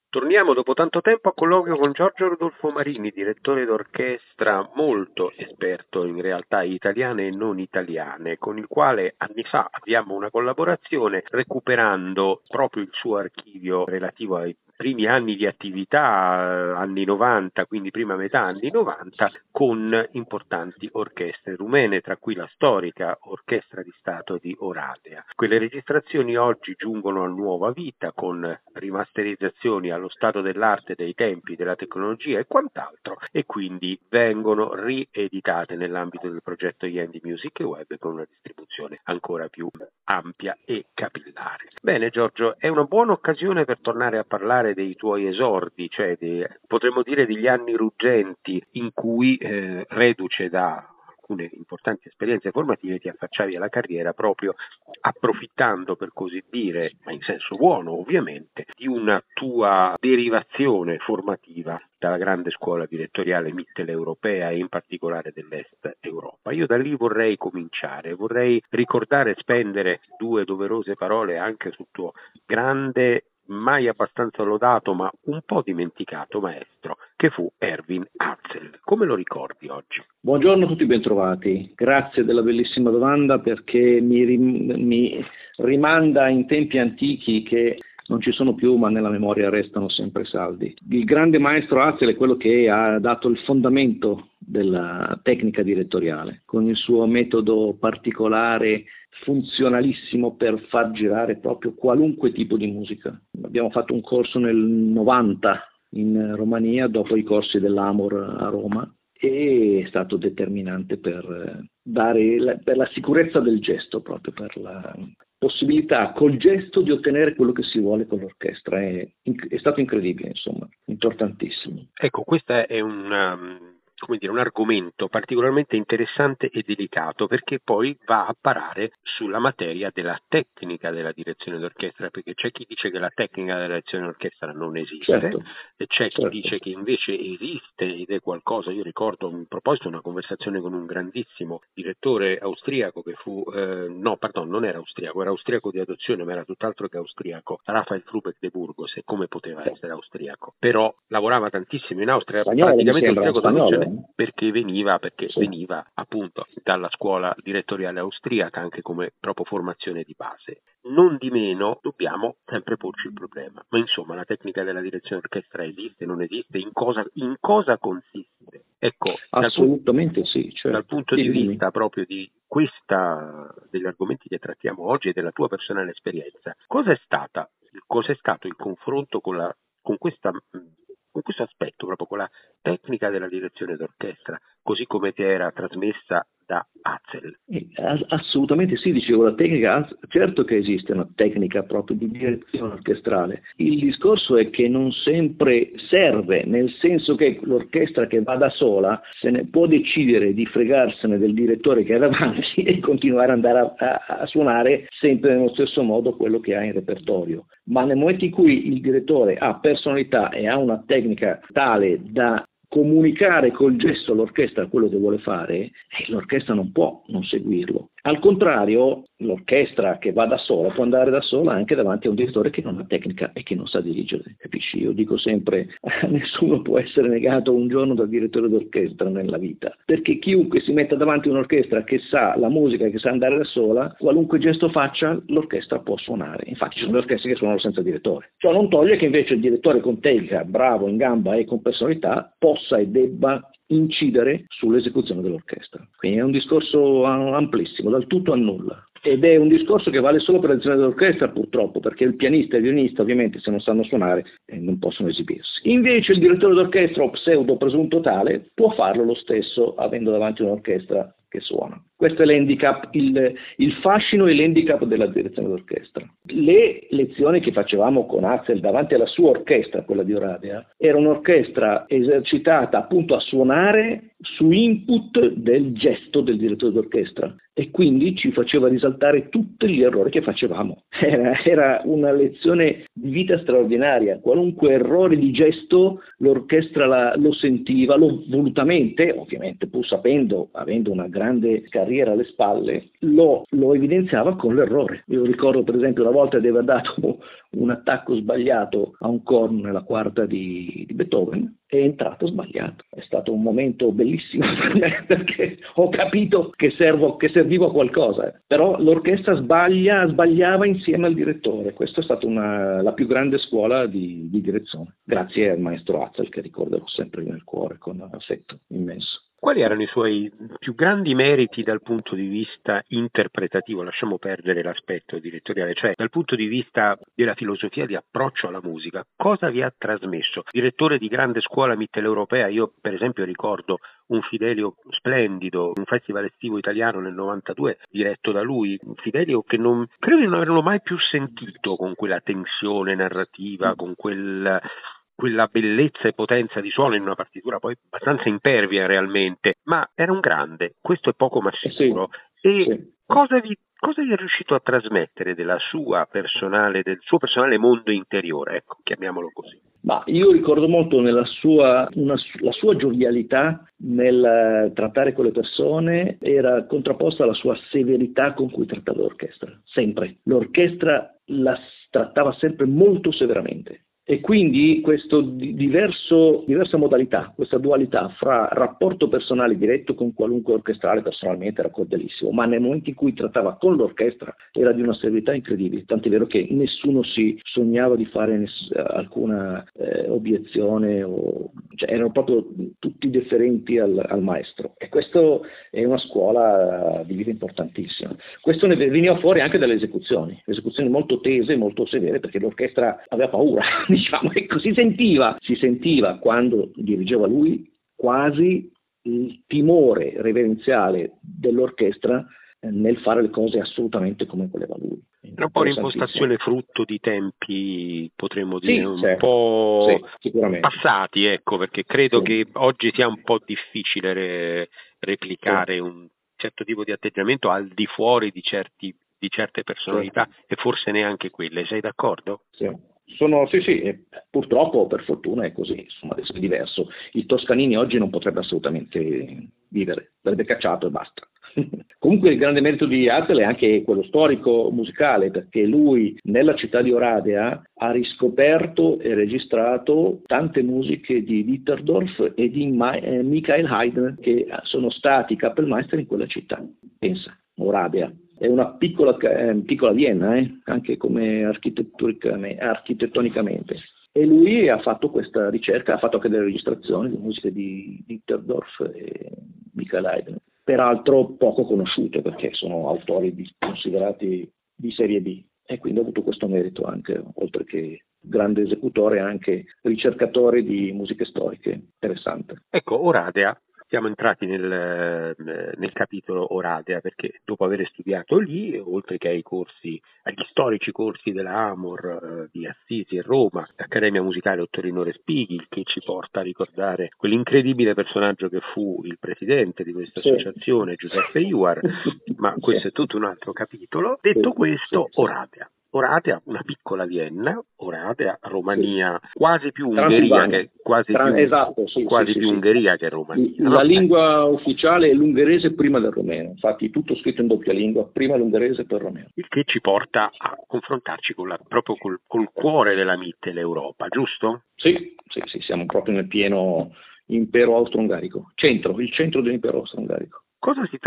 Torniamo dopo tanto tempo a colloquio con Giorgio Rodolfo Marini, direttore d'orchestra molto esperto in realtà italiane e non italiane, con il quale anni fa abbiamo una collaborazione recuperando proprio il suo archivio relativo ai primi anni di attività, anni 90, quindi prima metà anni 90, con importanti orchestre rumene, tra cui la storica Orchestra di Stato di Oradea. Quelle registrazioni oggi giungono a nuova vita con rimasterizzazioni allo stato dell'arte dei tempi, della tecnologia e quant'altro, e quindi vengono rieditate nell'ambito del progetto Yandy Music Web con una distribuzione ancora più ampia e capillare. Bene Giorgio, è una buona occasione per tornare a parlare dei tuoi esordi, cioè potremmo dire degli anni ruggenti in cui, reduce da alcune importanti esperienze formative, ti affacciavi alla carriera proprio approfittando, per così dire, ma in senso buono ovviamente, di una tua derivazione formativa dalla grande scuola direttoriale mitteleuropea e in particolare dell'Est Europa. Io da lì vorrei cominciare, vorrei ricordare e spendere due doverose parole anche sul tuo grande, mai abbastanza lodato ma un po' dimenticato maestro che fu Erwin Harzel. Come lo ricordi oggi? Buongiorno a tutti, bentrovati. Grazie della bellissima domanda perché mi rimanda in tempi antichi che non ci sono più ma nella memoria restano sempre saldi. Il grande maestro Harzel è quello che ha dato il fondamento della tecnica direttoriale con il suo metodo particolare, funzionalissimo per far girare proprio qualunque tipo di musica. Abbiamo fatto un corso nel 90 in Romania dopo i corsi dell'Amor a Roma e è stato determinante per per la sicurezza del gesto, proprio per la possibilità col gesto di ottenere quello che si vuole con l'orchestra. È stato incredibile, insomma, importantissimo. Ecco, questo è un argomento particolarmente interessante e delicato perché poi va a parare sulla materia della tecnica della direzione d'orchestra, perché c'è chi dice che la tecnica della direzione d'orchestra non esiste, certo, e c'è chi certo. dice che invece esiste ed è qualcosa. Io ricordo in proposito una conversazione con un grandissimo direttore austriaco che fu, non era austriaco di adozione, ma era tutt'altro che austriaco, Raphael Frubeck de Burgos, e come poteva essere austriaco? Però lavorava tantissimo in Austria, Spagnolo, praticamente austriaco spagnolo. perché veniva Sì. appunto dalla scuola direttoriale austriaca anche come proprio formazione di base. Non di meno dobbiamo sempre porci il problema, ma insomma la tecnica della direzione orchestra esiste, non esiste, in cosa consiste? Ecco, Assolutamente sì, certo. Dal punto di vista proprio degli argomenti che trattiamo oggi e della tua personale esperienza, cos'è stato il confronto con questo aspetto, proprio con la tecnica della direzione d'orchestra, così come ti era trasmessa da Harzel? Assolutamente sì, dicevo, la tecnica, certo che esiste una tecnica proprio di direzione orchestrale. Il discorso è che non sempre serve, nel senso che l'orchestra che va da sola se ne può decidere di fregarsene del direttore che è davanti e continuare ad andare a suonare sempre nello stesso modo quello che ha in repertorio. Ma nel momento in cui il direttore ha personalità e ha una tecnica tale da comunicare col gesto all'orchestra quello che vuole fare, l'orchestra non può non seguirlo. Al contrario, l'orchestra che va da sola può andare da sola anche davanti a un direttore che non ha tecnica e che non sa dirigere, capisci? Io dico sempre, nessuno può essere negato un giorno dal direttore d'orchestra nella vita, perché chiunque si metta davanti a un'orchestra che sa la musica, che sa andare da sola, qualunque gesto faccia, l'orchestra può suonare. Infatti ci sono orchestre che suonano senza direttore. Ciò non toglie che invece il direttore con tecnica, bravo, in gamba e con personalità, possa e debba incidere sull'esecuzione dell'orchestra. Quindi è un discorso amplissimo, dal tutto al nulla. Ed è un discorso che vale solo per la direzione dell'orchestra, purtroppo, perché il pianista e il violinista, ovviamente, se non sanno suonare, non possono esibirsi. Invece il direttore d'orchestra, o pseudo presunto tale, può farlo lo stesso, avendo davanti un'orchestra che suona. Questo è l'handicap, il fascino e l'handicap della direzione d'orchestra. Le lezioni che facevamo con Harzel davanti alla sua orchestra, quella di Oradea, era un'orchestra esercitata appunto a suonare su input del gesto del direttore d'orchestra e quindi ci faceva risaltare tutti gli errori che facevamo. Era una lezione di vita straordinaria. Qualunque errore di gesto l'orchestra lo sentiva, volutamente, ovviamente, pur avendo una grande carriera alle spalle, lo evidenziava con l'errore. Io ricordo per esempio una volta di aver dato un attacco sbagliato a un corno nella quarta di Beethoven, è entrato sbagliato. È stato un momento bellissimo per me perché ho capito che servivo a qualcosa, però l'orchestra sbagliava insieme al direttore. Questa è stata la più grande scuola di direzione, grazie al maestro Hatzell, che ricorderò sempre nel cuore con affetto immenso. Quali erano i suoi più grandi meriti dal punto di vista interpretativo? Lasciamo perdere l'aspetto direttoriale, cioè dal punto di vista della filosofia di approccio alla musica. Cosa vi ha trasmesso? Direttore di grande scuola mitteleuropea, io per esempio ricordo un Fidelio splendido, un festival estivo italiano nel 92 diretto da lui, un Fidelio che credo di non averlo mai più sentito con quella tensione narrativa, con quella bellezza e potenza di suono in una partitura poi abbastanza impervia realmente, ma era un grande, questo è poco ma sicuro. Sì. Cosa vi è riuscito a trasmettere del suo personale mondo interiore, ecco, chiamiamolo così? Ma io ricordo molto la sua giovialità nel trattare con le persone, era contrapposta alla sua severità con cui trattava l'orchestra, sempre. L'orchestra la trattava sempre molto severamente. E quindi questa diversa modalità, questa dualità fra rapporto personale diretto con qualunque orchestrale personalmente era cordialissimo, ma nel momento in cui trattava con l'orchestra era di una severità incredibile, tant'è vero che nessuno si sognava di fare alcuna obiezione, cioè erano proprio tutti deferenti al maestro, e questo è una scuola di vita importantissima. Questo ne veniva fuori anche dalle esecuzioni molto tese, molto severe, perché l'orchestra aveva paura. Diciamo, ecco, si sentiva quando dirigeva lui quasi il timore reverenziale dell'orchestra nel fare le cose assolutamente come voleva lui. Era un po' un'impostazione frutto di tempi, potremmo dire, po' passati, ecco, perché credo che oggi sia un po' difficile replicare un certo tipo di atteggiamento al di fuori di certe personalità e forse neanche quelle. Sei d'accordo? Sì. Sì, purtroppo, per fortuna è così, insomma, adesso è diverso. Il Toscanini oggi non potrebbe assolutamente vivere, verrebbe cacciato e basta. Comunque il grande merito di Hatzell è anche quello storico musicale, perché lui nella città di Oradea ha riscoperto e registrato tante musiche di Witterdorf e di Michael Haydn, che sono stati Kapellmeister in quella città. Pensa, Oradea. È una piccola Vienna, anche come architettonicamente. E lui ha fatto questa ricerca, ha fatto anche delle registrazioni di musiche di Witterdorf e Michael Haydn, peraltro poco conosciute perché sono autori considerati di serie B, e quindi ha avuto questo merito anche, oltre che grande esecutore, anche ricercatore di musiche storiche. Interessante. Ecco, Oradea. Siamo entrati nel capitolo Oradea perché dopo aver studiato lì, oltre che agli storici corsi della Amor di Assisi e Roma, l'Accademia Musicale Ottorino Respighi, che ci porta a ricordare quell'incredibile personaggio che fu il presidente di questa associazione, Giuseppe Iuar, ma questo è tutto un altro capitolo. Detto questo, Oradea, una piccola Vienna, Oradea, Romania, quasi più Ungheria che Ungheria che Romania. La lingua ufficiale è l'ungherese prima del romeno, infatti tutto scritto in doppia lingua, prima l'ungherese poi il romeno. Il che ci porta a confrontarci proprio col cuore della Mitteleuropa, giusto? Sì, siamo proprio nel pieno impero austro-ungarico, il centro dell'impero austro-ungarico. Come si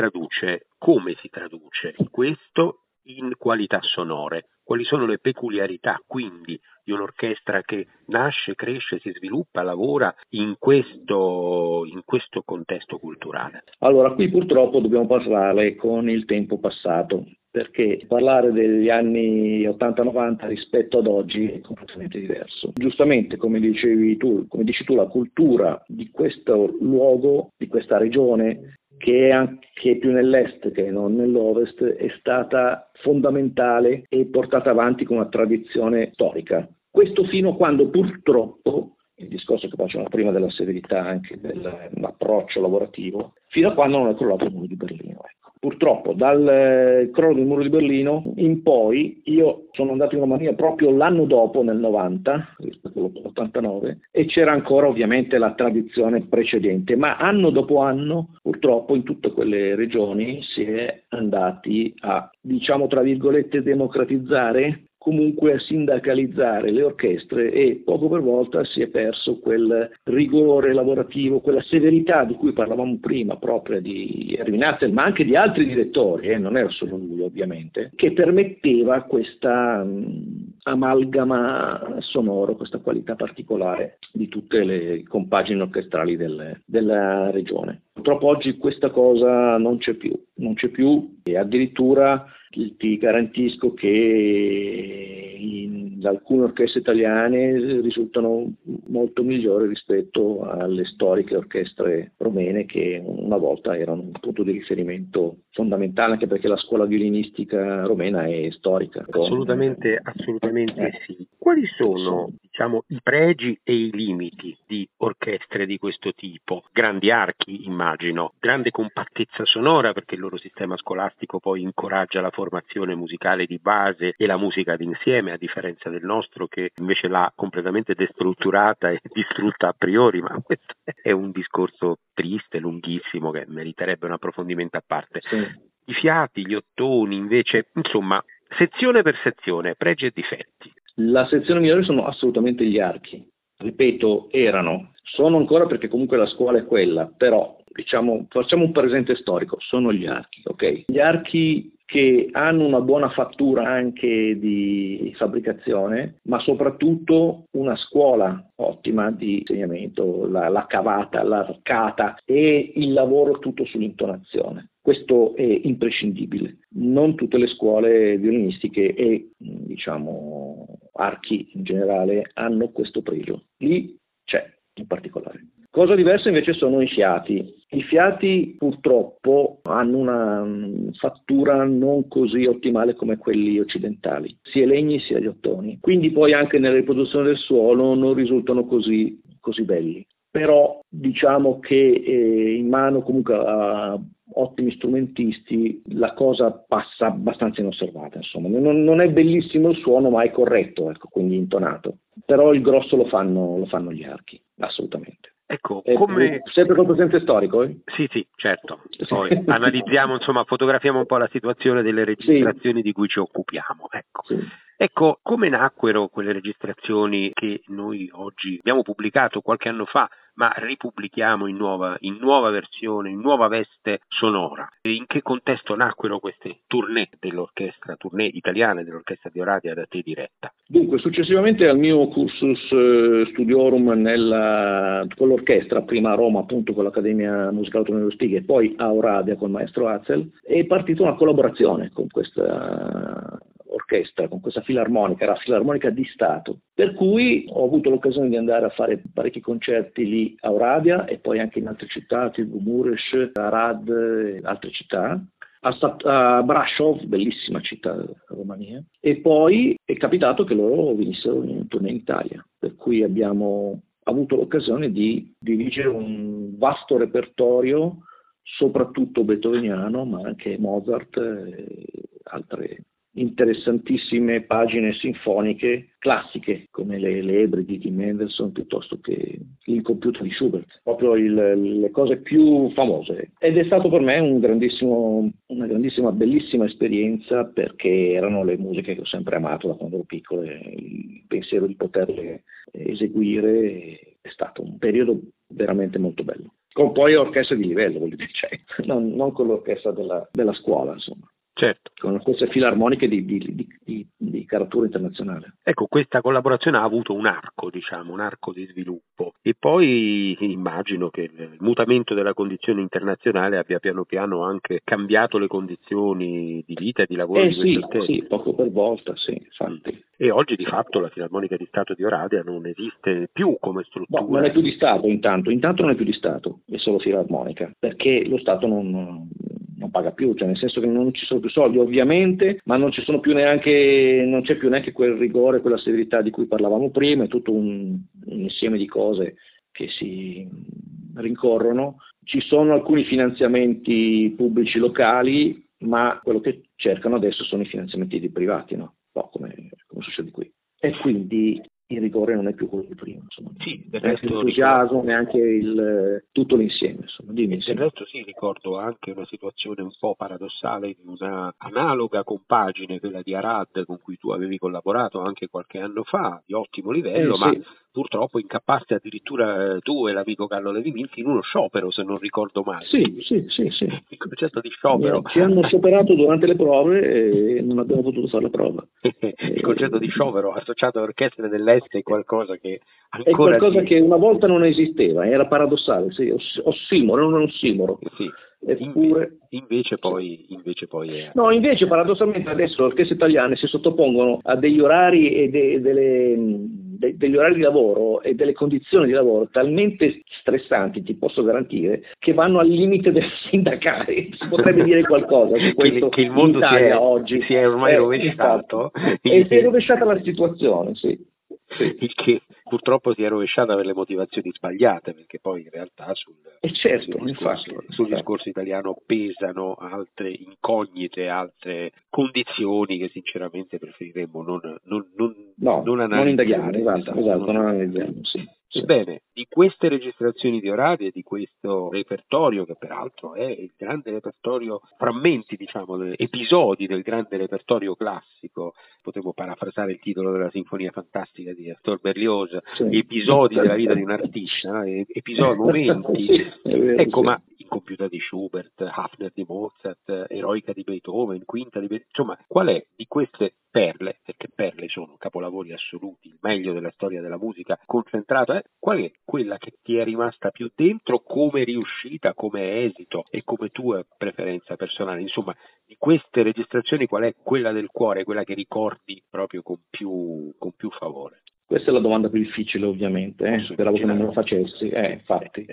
traduce questo in qualità sonore? Quali sono le peculiarità quindi di un'orchestra che nasce, cresce, si sviluppa, lavora in questo contesto culturale? Allora, qui purtroppo dobbiamo parlare con il tempo passato, perché parlare degli anni 80-90 rispetto ad oggi è completamente diverso. Giustamente, come dici tu, la cultura di questo luogo, di questa regione, che è anche più nell'est che non nell'ovest, è stata fondamentale e portata avanti con una tradizione storica. Questo fino a quando purtroppo, il discorso che facevamo prima della severità anche dell'approccio lavorativo, fino a quando non è crollato il muro di Berlino. Ecco. Purtroppo dal crollo del muro di Berlino in poi io sono andato in Romania proprio l'anno dopo, nel 90, rispetto all'89, e c'era ancora ovviamente la tradizione precedente, ma anno dopo anno purtroppo in tutte quelle regioni si è andati a, diciamo tra virgolette, democratizzare, comunque a sindacalizzare le orchestre, e poco per volta si è perso quel rigore lavorativo, quella severità di cui parlavamo prima, propria di Erwin Hatzell, ma anche di altri direttori, non era solo lui ovviamente, che permetteva questa amalgama sonoro, questa qualità particolare di tutte le compagini orchestrali della regione. Purtroppo oggi questa cosa non c'è più e addirittura ti garantisco che in alcune orchestre italiane risultano molto migliori rispetto alle storiche orchestre romene, che una volta erano un punto di riferimento fondamentale, anche perché la scuola violinistica romena è storica. Assolutamente sì. Quali sono, diciamo, i pregi e i limiti di orchestre di questo tipo? Grandi archi, immagino, grande compattezza sonora, perché il loro sistema scolastico poi incoraggia la formazione musicale di base e la musica d'insieme, a differenza del nostro che invece l'ha completamente destrutturata e distrutta a priori, ma questo è un discorso triste, lunghissimo, che meriterebbe un approfondimento a parte. Sì. I fiati, gli ottoni, invece, insomma, sezione per sezione, pregi e difetti. La sezione migliore sono assolutamente gli archi. Ripeto, sono ancora, perché comunque la scuola è quella, però diciamo, facciamo un presente storico, sono gli archi, ok? Gli archi che hanno una buona fattura anche di fabbricazione, ma soprattutto una scuola ottima di insegnamento, la cavata, l'arcata e il lavoro tutto sull'intonazione. Questo è imprescindibile. Non tutte le scuole violinistiche e, diciamo, archi in generale hanno questo pregio. Lì c'è, in particolare. Cosa diversa invece sono i fiati. I fiati purtroppo hanno una fattura non così ottimale come quelli occidentali, sia i legni sia gli ottoni. Quindi poi anche nella riproduzione del suono non risultano così belli. Però diciamo che in mano comunque a ottimi strumentisti la cosa passa abbastanza inosservata, insomma. Non è bellissimo il suono, ma è corretto, ecco, quindi intonato. Però il grosso lo fanno gli archi, assolutamente. Ecco, come... Sempre col presente storico? Sì, certo. Poi analizziamo, insomma, fotografiamo un po' la situazione delle registrazioni di cui ci occupiamo. Ecco. Sì. Ecco, come nacquero quelle registrazioni che noi oggi abbiamo pubblicato qualche anno fa, ma ripubblichiamo in nuova versione, in nuova veste sonora? E in che contesto nacquero queste tournée italiane dell'orchestra di Oradea da te diretta? Dunque, successivamente al mio cursus studiorum con l'orchestra, prima a Roma appunto con l'Accademia Musicale Antonio Respighi e poi a Oradea con il maestro Hatzell, è partita una collaborazione con questa orchestra, con questa filarmonica, era filarmonica di Stato, per cui ho avuto l'occasione di andare a fare parecchi concerti lì a Oradea e poi anche in altre città, tipo Mureș, Arad e altre città, a Brașov, bellissima città della Romania, e poi è capitato che loro venissero in tournée in Italia, per cui abbiamo avuto l'occasione di dirigere un vasto repertorio, soprattutto beethoveniano, ma anche Mozart e altre interessantissime pagine sinfoniche classiche come le Ebridi di Mendelssohn piuttosto che l'Incompiuto di Schubert, proprio le cose più famose. Ed è stato per me una grandissima, bellissima esperienza, perché erano le musiche che ho sempre amato da quando ero piccolo, e il pensiero di poterle eseguire è stato un periodo veramente molto bello. Con poi orchestre di livello, voglio dire, non con l'orchestra della scuola, insomma. Certo. Con queste filarmoniche di caratura internazionale. Ecco, questa collaborazione ha avuto un arco di sviluppo, e poi immagino che il mutamento della condizione internazionale abbia piano piano anche cambiato le condizioni di vita e di lavoro di queste orchestre. Sì, poco per volta, sì, infatti. E oggi di fatto la Filarmonica di Stato di Oradea non esiste più come struttura. No, non è più di Stato intanto non è più di Stato, è solo filarmonica, perché lo Stato non paga più, cioè nel senso che non ci sono più soldi ovviamente, ma non c'è più neanche quel rigore, quella severità di cui parlavamo prima, è tutto un insieme di cose che si rincorrono. Ci sono alcuni finanziamenti pubblici locali, ma quello che cercano adesso sono i finanziamenti di privati, no? Un po' come succede qui. E quindi il rigore non è più quello di prima, insomma. Sì, Neanche l'entusiasmo, neanche tutto l'insieme, insomma. Dimmi, del resto sì, ricordo anche una situazione un po' paradossale di una analoga compagine, quella di Arad, con cui tu avevi collaborato anche qualche anno fa, di ottimo livello, ma sì. purtroppo incappaste addirittura tu e l'amico Carlo Levi Vinti in uno sciopero, se non ricordo male. Sì. Il concetto di sciopero. Ci hanno scioperato durante le prove e non abbiamo potuto fare la prova. Il concetto di sciopero associato a orchestre dell'Est è qualcosa che è qualcosa che una volta non esisteva, era paradossale, sì, ossimoro, non un ossimoro. Sì. Eppure invece poi è... No, invece paradossalmente adesso le orchestre italiane si sottopongono a degli orari e degli orari di lavoro e delle condizioni di lavoro talmente stressanti, ti posso garantire, che vanno al limite del sindacale. Si potrebbe dire qualcosa su questo che il mondo in Italia oggi. Si è ormai rovesciato. E si è rovesciata la situazione, sì. Il che purtroppo si è rovesciata per le motivazioni sbagliate, perché poi in realtà sul discorso italiano pesano altre incognite, altre condizioni che sinceramente preferiremmo non analizzare. Esatto, non analizziamo, sì. Ebbene, di queste registrazioni di orari e di questo repertorio, che peraltro è il grande repertorio, frammenti, diciamo, episodi del grande repertorio classico, potremmo parafrasare il titolo della Sinfonia Fantastica di Astor Berlioz, episodi della vita di un artista, momenti, ecco, ma Incompiuta di Schubert, Hafner di Mozart, Eroica di Beethoven, Quinta di Beethoven, insomma, qual è di queste perle, perché perle sono capolavori assoluti, il meglio della storia della musica concentrato, qual è quella che ti è rimasta più dentro come riuscita, come esito e come tua preferenza personale? Insomma, di queste registrazioni qual è quella del cuore, quella che ricordi proprio con più favore? Questa è la domanda più difficile, ovviamente, speravo che non me lo facessi, infatti.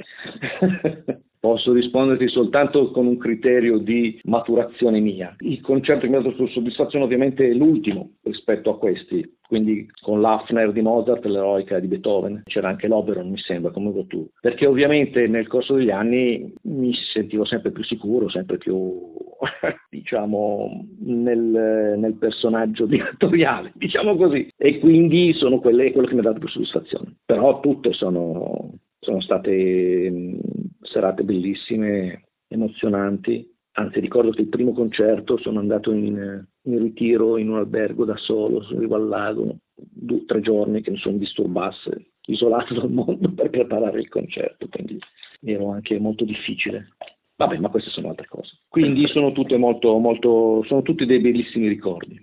Posso risponderti soltanto con un criterio di maturazione mia. Il concerto che mi ha dato soddisfazione ovviamente è l'ultimo rispetto a questi, quindi con l'Hafner di Mozart e l'Eroica di Beethoven. C'era anche l'Oberon, mi sembra, come tu, perché ovviamente nel corso degli anni mi sentivo sempre più sicuro, sempre più diciamo nel personaggio direttoriale, diciamo così, e quindi sono quello che mi ha dato più soddisfazione. Però tutte sono state serate bellissime, emozionanti. Anzi, ricordo che il primo concerto sono andato in ritiro in un albergo da solo, sul rivo al lago, 2-3 giorni che mi sono disturbasse, isolato dal mondo per preparare il concerto, quindi ero anche molto difficile. Vabbè, ma queste sono altre cose. Quindi sono tutte sono tutti dei bellissimi ricordi.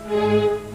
Música